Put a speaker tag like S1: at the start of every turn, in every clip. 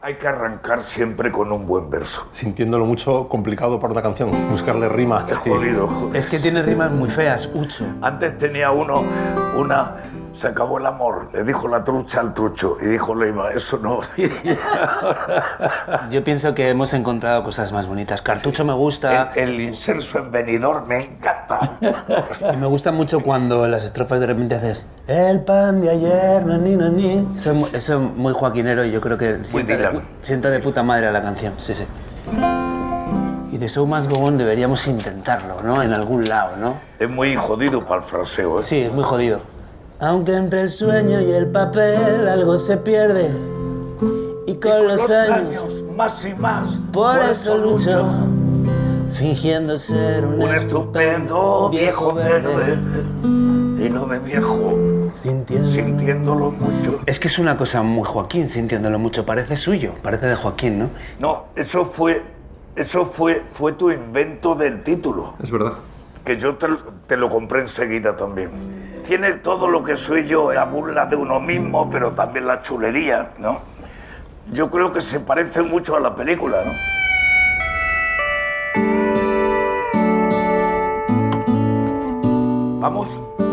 S1: Hay que arrancar siempre con un buen verso.
S2: Sintiéndolo mucho, complicado para una canción, buscarle rimas.
S1: Es jodido.
S3: Es que tiene rimas muy feas, Ucho.
S1: Antes tenía se acabó el amor, le dijo la trucha al trucho, y dijo Leiva, eso no.
S3: Yo pienso que hemos encontrado cosas más bonitas. Cartucho me gusta.
S1: El inserso en Benidorm me encanta.
S3: Y me gusta mucho cuando en las estrofas de repente haces el pan de ayer, nani. Eso es muy joaquinero y yo creo que sienta de puta madre a la canción, sí. Y de Show Must Go On deberíamos intentarlo, ¿no? En algún lado, ¿no?
S1: Es muy jodido para el fraseo, ¿eh?
S3: Sí, es muy jodido. Aunque entre el sueño y el papel algo se pierde. Y con los años
S1: más y más.
S3: Por eso lucho, fingiendo ser un
S1: estupendo viejo verde. Y no de viejo, sintiéndolo mucho.
S3: Es que es una cosa muy Joaquín, sintiéndolo mucho. Parece suyo, parece de Joaquín, ¿no?
S1: No, eso fue tu invento del título.
S2: Es verdad.
S1: Que yo te lo compré enseguida también. Tiene todo lo que soy yo, la burla de uno mismo, pero también la chulería, ¿no? Yo creo que se parece mucho a la película, ¿no? ¿Vamos?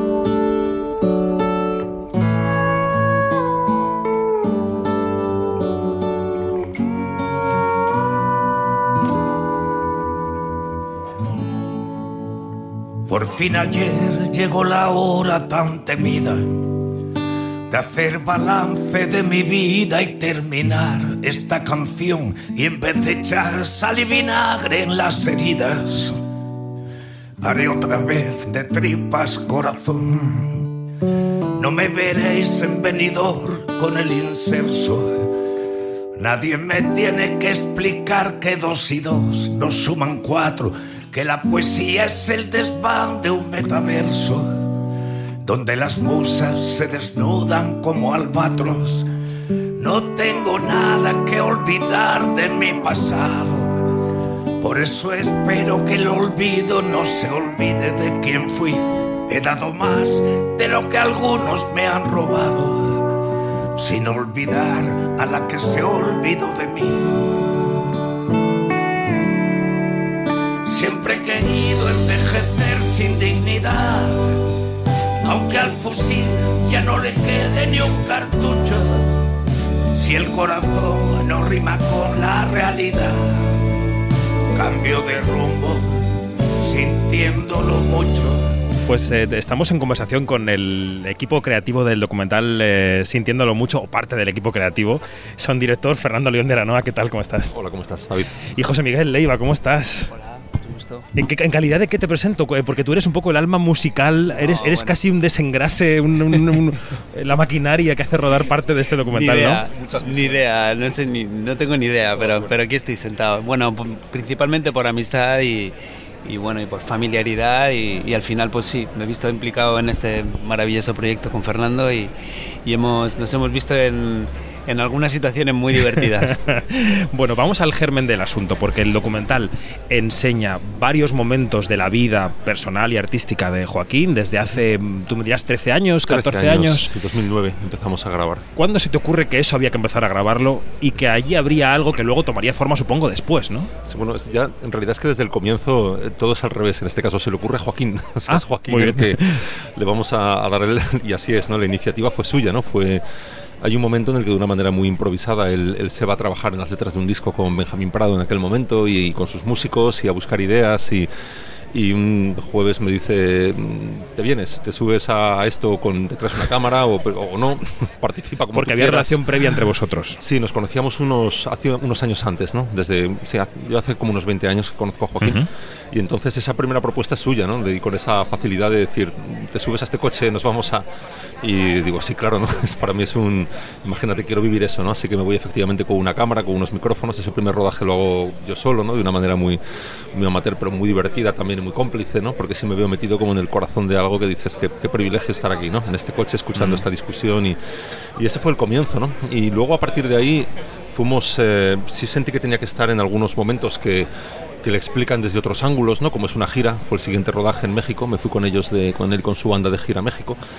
S1: Por fin ayer llegó la hora tan temida de hacer balance de mi vida y terminar esta canción, y en vez de echar sal y vinagre en las heridas, haré otra vez de tripas corazón. No me veréis en Benidorm con el inserso. Nadie me tiene que explicar que 2 y 2 no suman 4, que la poesía es el desván de un metaverso, donde las musas se desnudan como albatros. No tengo nada que olvidar de mi pasado, por eso espero que el olvido no se olvide de quién fui. He dado más de lo que algunos me han robado, sin olvidar a la que se olvidó de mí. Siempre he querido envejecer sin dignidad, aunque al fusil ya no le quede ni un cartucho, si el corazón no rima con la realidad. Cambio de rumbo, sintiéndolo mucho.
S4: Pues estamos en conversación con el equipo creativo del documental Sintiéndolo Mucho, o parte del equipo creativo. Son director Fernando León de Aranoa. ¿Qué tal? ¿Cómo estás?
S2: Hola, ¿cómo estás, David?
S4: Y José Miguel Leiva, ¿cómo estás?
S3: Hola.
S4: ¿En calidad de qué te presento? Porque tú eres un poco el alma musical, eres bueno, casi un desengrase, la maquinaria que hace rodar parte de este documental,
S3: Ni idea, no tengo ni idea, pero aquí estoy sentado. Bueno, principalmente por amistad y bueno, y por familiaridad y al final pues sí, me he visto implicado en este maravilloso proyecto con Fernando y nos hemos visto en algunas situaciones muy divertidas.
S4: Bueno, vamos al germen del asunto, porque el documental enseña varios momentos de la vida personal y artística de Joaquín desde hace, tú me dirás, 13 años, 14 años.
S2: Sí, 2009 empezamos a grabar.
S4: ¿Cuándo se te ocurre que eso había que empezar a grabarlo y que allí habría algo que luego tomaría forma, supongo, después, ¿no?
S2: Sí, bueno, ya en realidad es que desde el comienzo todo es al revés. En este caso se le ocurre a Joaquín. O sea, es Joaquín el que le vamos a dar y así es, ¿no? La iniciativa fue suya, ¿no? Hay un momento en el que de una manera muy improvisada él se va a trabajar en las letras de un disco con Benjamín Prado en aquel momento y con sus músicos y a buscar ideas y un jueves me dice, ¿te vienes? ¿Te subes a esto te traes una cámara o no? Participa como
S4: porque había
S2: quieras.
S4: Relación previa entre vosotros.
S2: Sí, nos conocíamos hace unos años antes, ¿no? Yo hace como unos 20 años que conozco a Joaquín y entonces esa primera propuesta es suya, ¿no? Con esa facilidad de decir, te subes a este coche, nos vamos a... Y digo, sí, claro, ¿no? Para mí es imagínate, quiero vivir eso, ¿no? Así que me voy efectivamente con una cámara, con unos micrófonos. Ese primer rodaje lo hago yo solo, ¿no? De una manera muy, muy amateur, pero muy divertida también y muy cómplice, ¿no? Porque sí me veo metido como en el corazón de algo que dices, qué privilegio estar aquí, ¿no? En este coche escuchando esta discusión y ese fue el comienzo, ¿no? Y luego a partir de ahí fuimos, sí sentí que tenía que estar en algunos momentos que le explican desde otros ángulos, ¿no? Como es una gira, fue el siguiente rodaje en México, me fui con ellos, con él con su banda de gira a México.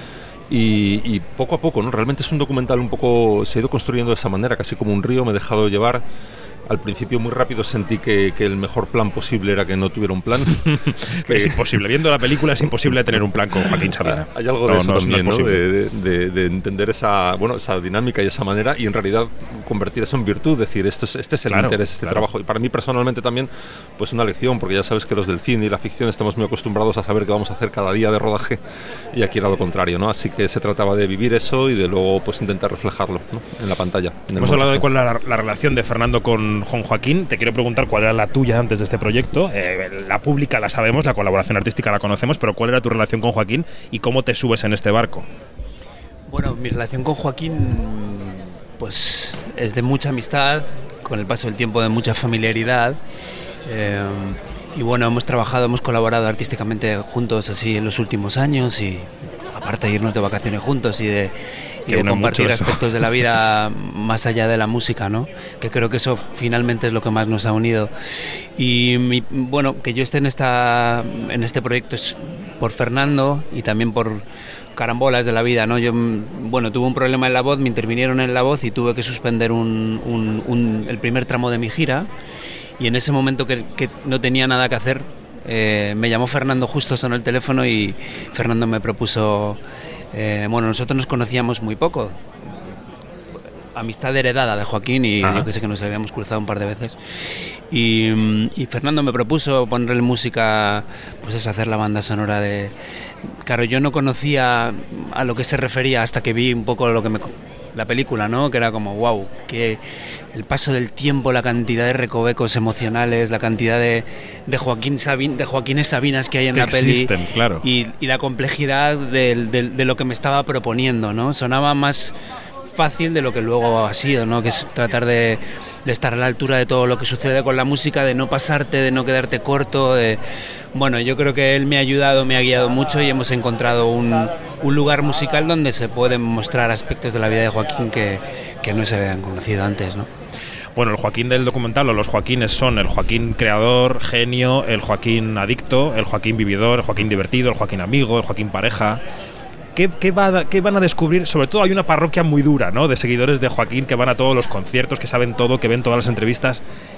S2: Y poco a poco, ¿no? Realmente es un documental un poco, se ha ido construyendo de esa manera, casi como un río, me he dejado llevar. Al principio muy rápido sentí que el mejor plan posible era que no tuviera un plan.
S4: Es imposible, viendo la película es imposible tener un plan con Joaquín Sabina.
S2: Hay algo de eso también, ¿no? De entender esa dinámica y esa manera y en realidad convertir eso en virtud, decir, este es el interés, este trabajo. Y para mí personalmente también, pues una lección, porque ya sabes que los del cine y la ficción estamos muy acostumbrados a saber qué vamos a hacer cada día de rodaje y aquí era lo contrario, ¿no? Así que se trataba de vivir eso y de luego pues intentar reflejarlo, ¿no? En la pantalla.
S4: Hemos hablado de cuál es la relación de Fernando con Joaquín. Te quiero preguntar cuál era la tuya antes de este proyecto. La pública la sabemos, la colaboración artística la conocemos, pero ¿cuál era tu relación con Joaquín y cómo te subes en este barco?
S3: Bueno, mi relación con Joaquín pues es de mucha amistad, con el paso del tiempo de mucha familiaridad. Y bueno, hemos colaborado artísticamente juntos así en los últimos años y aparte de irnos de vacaciones juntos y de compartir aspectos de la vida más allá de la música, ¿no? Que creo que eso finalmente es lo que más nos ha unido. Y bueno, que yo esté en este proyecto es por Fernando y también por carambolas de la vida, ¿no? Yo, bueno, tuve un problema en la voz, me intervinieron en la voz y tuve que suspender el primer tramo de mi gira. Y en ese momento que no tenía nada que hacer, me llamó Fernando, justo sonó el teléfono y Fernando me propuso... bueno, nosotros nos conocíamos muy poco, amistad heredada de Joaquín y yo que sé que nos habíamos cruzado un par de veces y Fernando me propuso ponerle música, pues eso, hacer la banda sonora de... Claro, yo no conocía a lo que se refería hasta que vi un poco la película, ¿no? Que era como, wow, que el paso del tiempo, la cantidad de recovecos emocionales, la cantidad de Joaquines Sabinas que hay en la peli,
S4: claro.
S3: y la complejidad de lo que me estaba proponiendo, ¿no? Sonaba más fácil de lo que luego ha sido, ¿no? Que es tratar de estar a la altura de todo lo que sucede con la música, de no pasarte, de no quedarte corto. Bueno, yo creo que él me ha ayudado, me ha guiado mucho y hemos encontrado un lugar musical donde se pueden mostrar aspectos de la vida de Joaquín que no se habían conocido antes, ¿no?
S4: Bueno, el Joaquín del documental, o los Joaquines, son el Joaquín creador, genio, el Joaquín adicto, el Joaquín vividor, el Joaquín divertido, el Joaquín amigo, el Joaquín pareja. ¿Qué van a descubrir? Sobre todo hay una parroquia muy dura, ¿no?, de seguidores de Joaquín que van a todos los conciertos, que saben todo, que ven todas las entrevistas.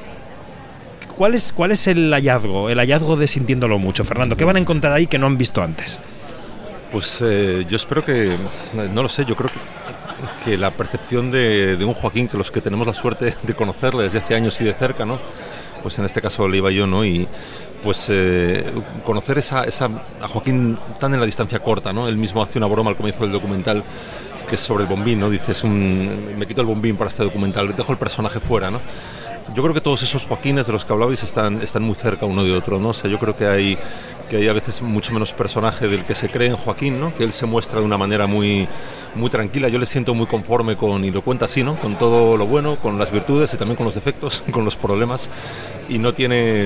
S4: ¿Cuál es el hallazgo de Sintiéndolo Mucho, Fernando? ¿Qué van a encontrar ahí que no han visto antes?
S2: Pues yo espero que, no lo sé, yo creo que la percepción de un Joaquín, que los que tenemos la suerte de conocerle desde hace años y de cerca, ¿no? Pues en este caso le iba yo, ¿no? Y pues conocer a Joaquín tan en la distancia corta, ¿no? Él mismo hace una broma al comienzo del documental que es sobre el bombín, ¿no? Dice, me quito el bombín para este documental, dejo el personaje fuera, ¿no? Yo creo que todos esos Joaquines de los que hablabais están muy cerca uno de otro, ¿no? O sea, yo creo que hay a veces mucho menos personaje del que se cree en Joaquín, ¿no? Que él se muestra de una manera muy, muy tranquila. Yo le siento muy conforme y lo cuenta así, ¿no? Con todo lo bueno, con las virtudes y también con los defectos, con los problemas. Y no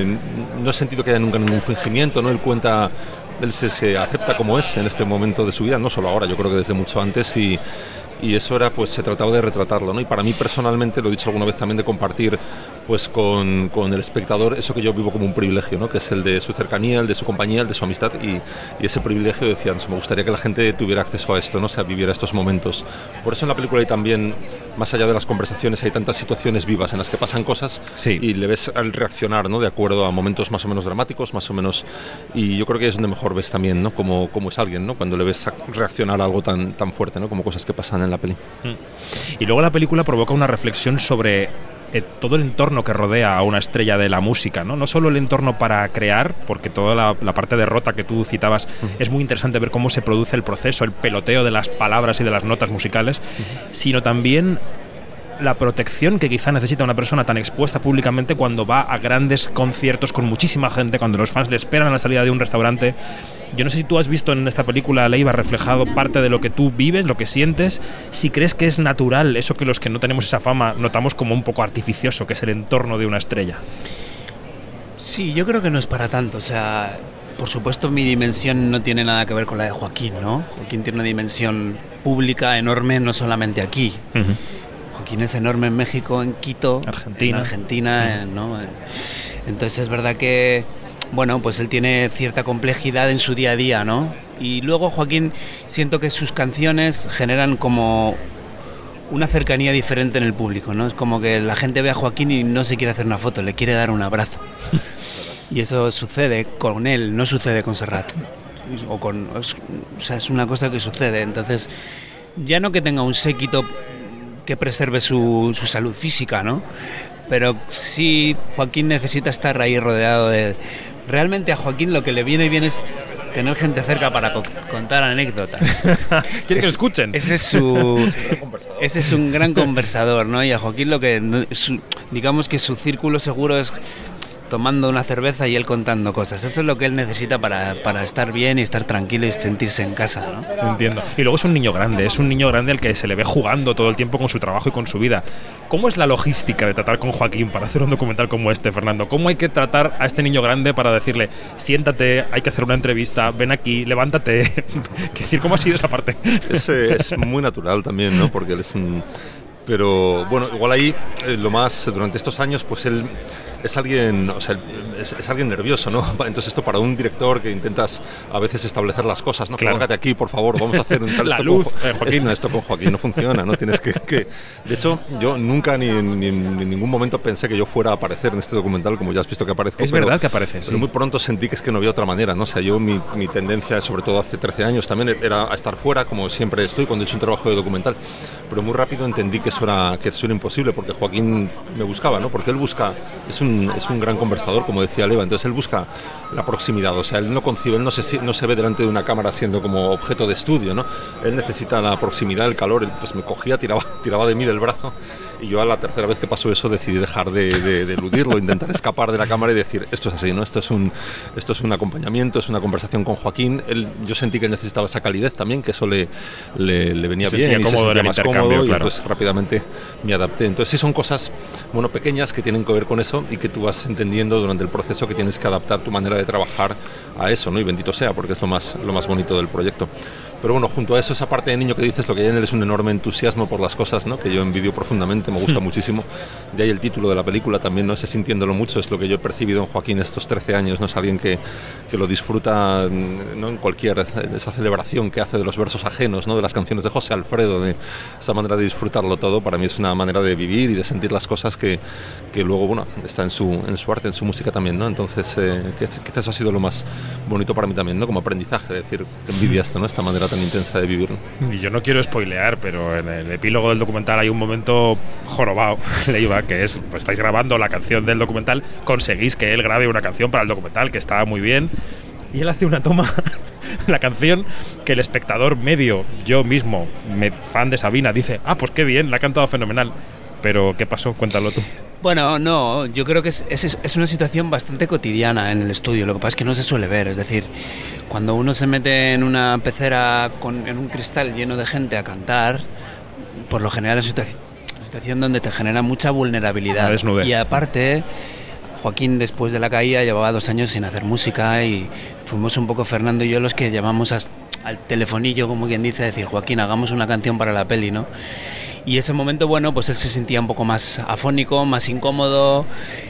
S2: he sentido que haya nunca ningún fingimiento, ¿no? Él se acepta como es en este momento de su vida, no solo ahora, yo creo que desde mucho antes y eso era, pues se trataba de retratarlo, ¿no? Y para mí personalmente, lo he dicho alguna vez también, de compartir pues con el espectador eso que yo vivo como un privilegio, ¿no? Que es el de su cercanía, el de su compañía, el de su amistad y ese privilegio, decía, me gustaría que la gente tuviera acceso a esto, ¿no? O sea, viviera estos momentos. Por eso en la película hay también, más allá de las conversaciones, hay tantas situaciones vivas en las que pasan cosas y le ves al reaccionar, ¿no? De acuerdo a momentos más o menos dramáticos, más o menos, y yo creo que es donde mejor ves también, ¿no? Cómo es alguien, ¿no? Cuando le ves reaccionar a algo tan fuerte, ¿no? Como cosas que pasan en la peli.
S4: Y luego la película provoca una reflexión sobre todo el entorno que rodea a una estrella de la música, ¿no? No solo el entorno para crear, porque toda la parte de Rota que tú citabas es muy interesante ver cómo se produce el proceso, el peloteo de las palabras y de las notas musicales, sino también la protección que quizá necesita una persona tan expuesta públicamente cuando va a grandes conciertos con muchísima gente, cuando los fans le esperan a la salida de un restaurante. Yo no sé si tú has visto en esta película, Leiva, reflejado parte de lo que tú vives, lo que sientes, si crees que es natural eso que los que no tenemos esa fama notamos como un poco artificioso, que es el entorno de una estrella.
S3: Sí, yo creo que no es para tanto, o sea, por supuesto mi dimensión no tiene nada que ver con la de Joaquín, ¿no? Joaquín tiene una dimensión pública enorme, no solamente aquí. Joaquín es enorme en México, en Quito,
S4: Argentina,
S3: ¿no? Entonces es verdad que bueno, pues él tiene cierta complejidad en su día a día, ¿no? Y luego Joaquín, siento que sus canciones generan como una cercanía diferente en el público, ¿no? Es como que la gente ve a Joaquín y no se quiere hacer una foto, le quiere dar un abrazo. Y eso sucede con él, no sucede con Serrat. O sea, es una cosa que sucede. Entonces, ya no que tenga un séquito que preserve su salud física, ¿no? Pero sí, Joaquín necesita estar ahí rodeado de... Realmente a Joaquín lo que le viene bien es tener gente cerca para contar anécdotas.
S4: ¿Quiere que lo escuchen?
S3: Ese es un gran conversador, ¿no? Y a Joaquín lo que... digamos que su círculo seguro es tomando una cerveza y él contando cosas. Eso es lo que él necesita para estar bien y estar tranquilo y sentirse en casa, ¿no?
S4: Entiendo. Y luego es un niño grande al que se le ve jugando todo el tiempo con su trabajo y con su vida. ¿Cómo es la logística de tratar con Joaquín para hacer un documental como este, Fernando? ¿Cómo hay que tratar a este niño grande para decirle, siéntate, hay que hacer una entrevista, ven aquí, levántate? ¿Cómo ha sido esa parte?
S2: Es muy natural también, ¿no? Porque él es un... Pero bueno, igual ahí, lo más, durante estos años, pues él... Es alguien, o sea, es alguien nervioso, ¿no? Entonces esto para un director que intentas a veces establecer las cosas, ¿no?
S4: Claro.
S2: Colócate aquí, por favor, vamos a hacer un tal...
S4: La
S2: esto
S4: luz,
S2: con
S4: Joaquín.
S2: esto con Joaquín no funciona, ¿no? Tienes que... De hecho, yo nunca ni en ningún momento pensé que yo fuera a aparecer en este documental, como ya has visto que aparezco.
S4: Es verdad que aparece, sí.
S2: Pero muy pronto sentí que es que no había otra manera, ¿no? O sea, yo mi tendencia, sobre todo hace 13 años también, era a estar fuera, como siempre estoy cuando he hecho un trabajo de documental. Pero muy rápido entendí que eso era imposible, porque Joaquín me buscaba, ¿no? Porque él busca... Es un gran conversador, como decía Leva, entonces él busca la proximidad, o sea, él no concibe, él no se ve delante de una cámara siendo como objeto de estudio, ¿no? Él necesita la proximidad, el calor, él, pues me cogía, tiraba de mí del brazo, y yo a la tercera vez que pasó eso decidí dejar de eludirlo, intentar escapar de la cámara y decir, esto es así, ¿no? Esto es un acompañamiento, es una conversación con Joaquín. Yo sentí que él necesitaba esa calidez también, que eso le venía bien y se sentía más cómodo,
S4: claro.
S2: Y entonces rápidamente me adapté. Entonces sí son cosas, bueno, pequeñas que tienen que ver con eso y que tú vas entendiendo durante el proceso que tienes que adaptar tu manera de trabajar a eso, ¿no? Y bendito sea, porque es lo más bonito del proyecto. Pero bueno, junto a eso, esa parte de niño que dices, lo que hay en él es un enorme entusiasmo por las cosas, ¿no? Que yo envidio profundamente, me gusta muchísimo. De ahí el título de la película también, ¿no? Ese sintiéndolo mucho, es lo que yo he percibido en Joaquín estos 13 años, ¿no? Es alguien que lo disfruta, ¿no? En esa celebración que hace de los versos ajenos, ¿no? De las canciones de José Alfredo, de esa manera de disfrutarlo todo, para mí es una manera de vivir y de sentir las cosas que luego, bueno, está en su arte, en su música también, ¿no? Entonces, quizás eso ha sido lo más bonito para mí también, ¿no? Como aprendizaje, decir, que envidia esto, ¿no? Esta manera tan intensa de vivir, ¿no?
S4: Y yo no quiero spoilear, pero en el epílogo del documental hay un momento jorobado, Leiva, que es, pues estáis grabando la canción del documental, conseguís que él grabe una canción para el documental, que está muy bien, y él hace una toma, la canción, que el espectador medio, yo mismo, fan de Sabina, dice, pues qué bien, la ha cantado fenomenal. Pero, ¿qué pasó? Cuéntalo tú.
S3: Bueno, no, yo creo que es una situación bastante cotidiana en el estudio, lo que pasa es que no se suele ver, es decir, cuando uno se mete en una pecera en un cristal lleno de gente a cantar, por lo general es una situación donde te genera mucha vulnerabilidad. Y aparte, Joaquín después de la caída llevaba 2 años sin hacer música y fuimos un poco Fernando y yo los que llamamos al telefonillo, como quien dice, decir, Joaquín, hagamos una canción para la peli, ¿no? Y ese momento, bueno, pues él se sentía un poco más afónico, más incómodo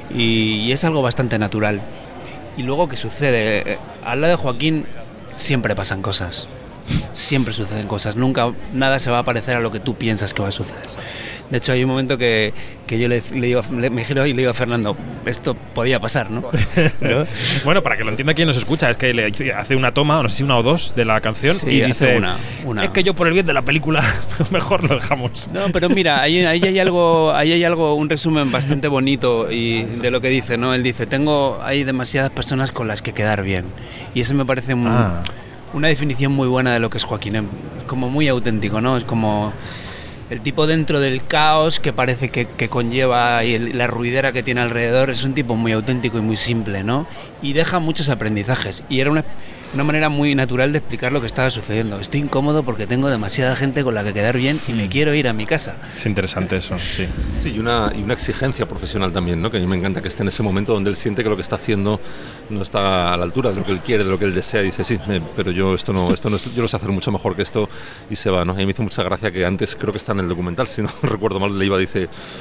S3: y es algo bastante natural. Y luego, ¿qué sucede? Al lado de Joaquín siempre pasan cosas, siempre suceden cosas, nunca nada se va a parecer a lo que tú piensas que va a suceder. De hecho, hay un momento que yo me giro y le digo a Fernando, esto podía pasar, ¿no? ¿No?
S4: Bueno, para que lo entienda quien nos escucha, es que le hace una toma, no sé si 1 o 2 de la canción,
S3: sí,
S4: y dice,
S3: una.
S4: Es que yo por el bien de la película mejor lo dejamos.
S3: No, pero mira, ahí hay algo, un resumen bastante bonito y de lo que dice, ¿no? Él dice, hay demasiadas personas con las que quedar bien. Y eso me parece una definición muy buena de lo que es Joaquín. Es como muy auténtico, ¿no? Es como el tipo dentro del caos que parece que conlleva y la ruidera que tiene alrededor. Es un tipo muy auténtico y muy simple, ¿no? Y deja muchos aprendizajes. Y era una manera muy natural de explicar lo que estaba sucediendo. Estoy incómodo porque tengo demasiada gente con la que quedar bien y me quiero ir a mi casa.
S4: Es interesante eso, sí.
S2: Sí, y una exigencia profesional también, ¿no? Que a mí me encanta que esté en ese momento donde él siente que lo que está haciendo no está a la altura de lo que él quiere, de lo que él desea, y dice, sí, pero yo esto no, yo lo sé hacer mucho mejor que esto, y se va, ¿no? A mí me hizo mucha gracia que antes, creo que está en el documental, si no recuerdo mal, Leiva dice,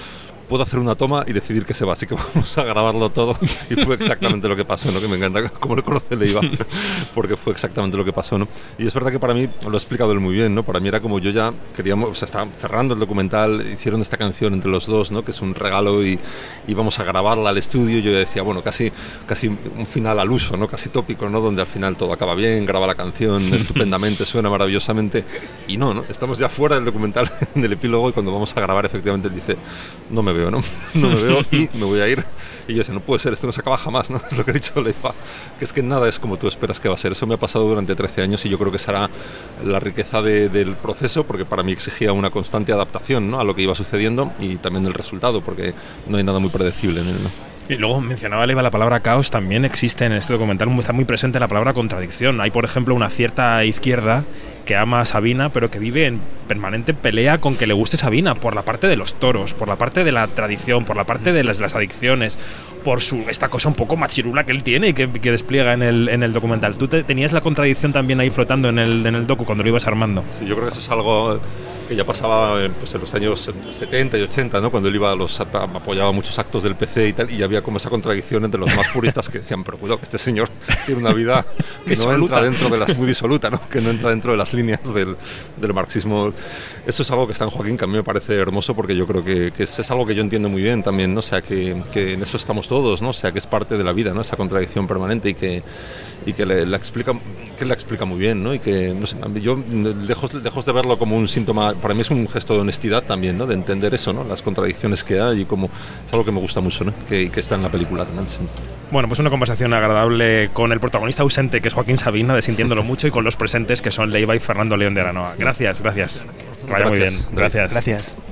S2: puedo hacer una toma y decidir que se va, así que vamos a grabarlo todo. Y fue exactamente lo que pasó, ¿no? Que me encanta cómo le conoce Leiva, porque fue exactamente lo que pasó, ¿no? Y es verdad que para mí, lo ha explicado él muy bien, ¿no? Para mí era como yo ya queríamos, o sea, estaba cerrando el documental, hicieron esta canción entre los dos, ¿no? Que es un regalo y íbamos a grabarla al estudio. Yo decía, bueno, casi un final al uso, ¿no? Casi tópico, ¿no? Donde al final todo acaba bien, graba la canción estupendamente, suena maravillosamente, y no, estamos ya fuera del documental, del epílogo, y cuando vamos a grabar efectivamente él dice, no me veo, no me veo y me voy a ir. Y yo decía, no puede ser, esto no se acaba jamás, ¿no? Es lo que ha dicho Leiva, que es que nada es como tú esperas que va a ser. Eso me ha pasado durante 13 años y yo creo que será la riqueza del proceso, porque para mí exigía una constante adaptación, ¿no? A lo que iba sucediendo y también del resultado, porque no hay nada muy predecible en él, ¿no?
S4: Y luego mencionaba Leiva la palabra caos, también existe en este documental, está muy presente la palabra contradicción. Hay, por ejemplo, una cierta izquierda que ama a Sabina, pero que vive en permanente pelea con que le guste Sabina, por la parte de los toros, por la parte de la tradición, por la parte de las adicciones, por esta cosa un poco machirula que él tiene y que despliega en el documental. ¿Tú tenías la contradicción también ahí flotando en el docu cuando lo ibas armando?
S2: Sí, yo creo que eso es algo que ya pasaba pues, en los años 70 y 80, ¿no? Cuando él iba apoyaba muchos actos del PC y tal, y había como esa contradicción entre los más puristas que decían, pero cuidado, que este señor tiene una vida que no entra dentro de las, muy disoluta, ¿no? Que no entra dentro de las líneas del marxismo. Eso es algo que está en Joaquín, que a mí me parece hermoso, porque yo creo que es algo que yo entiendo muy bien también, ¿no? O sea, que en eso estamos todos, ¿no? O sea, que es parte de la vida, ¿no? Esa contradicción permanente y que la explica muy bien, ¿no? Y que, no sé, yo lejos de verlo como un síntoma, para mí es un gesto de honestidad también, ¿no? De entender eso, ¿no? Las contradicciones que hay y como es algo que me gusta mucho, ¿no? Que está en la película también. Sí.
S4: Bueno, pues una conversación agradable con el protagonista ausente, que es Joaquín Sabina, de Sintiéndolo Mucho, y con los presentes, que son Leiva y Fernando León de Aranoa. Gracias. Que vaya muy bien. Gracias.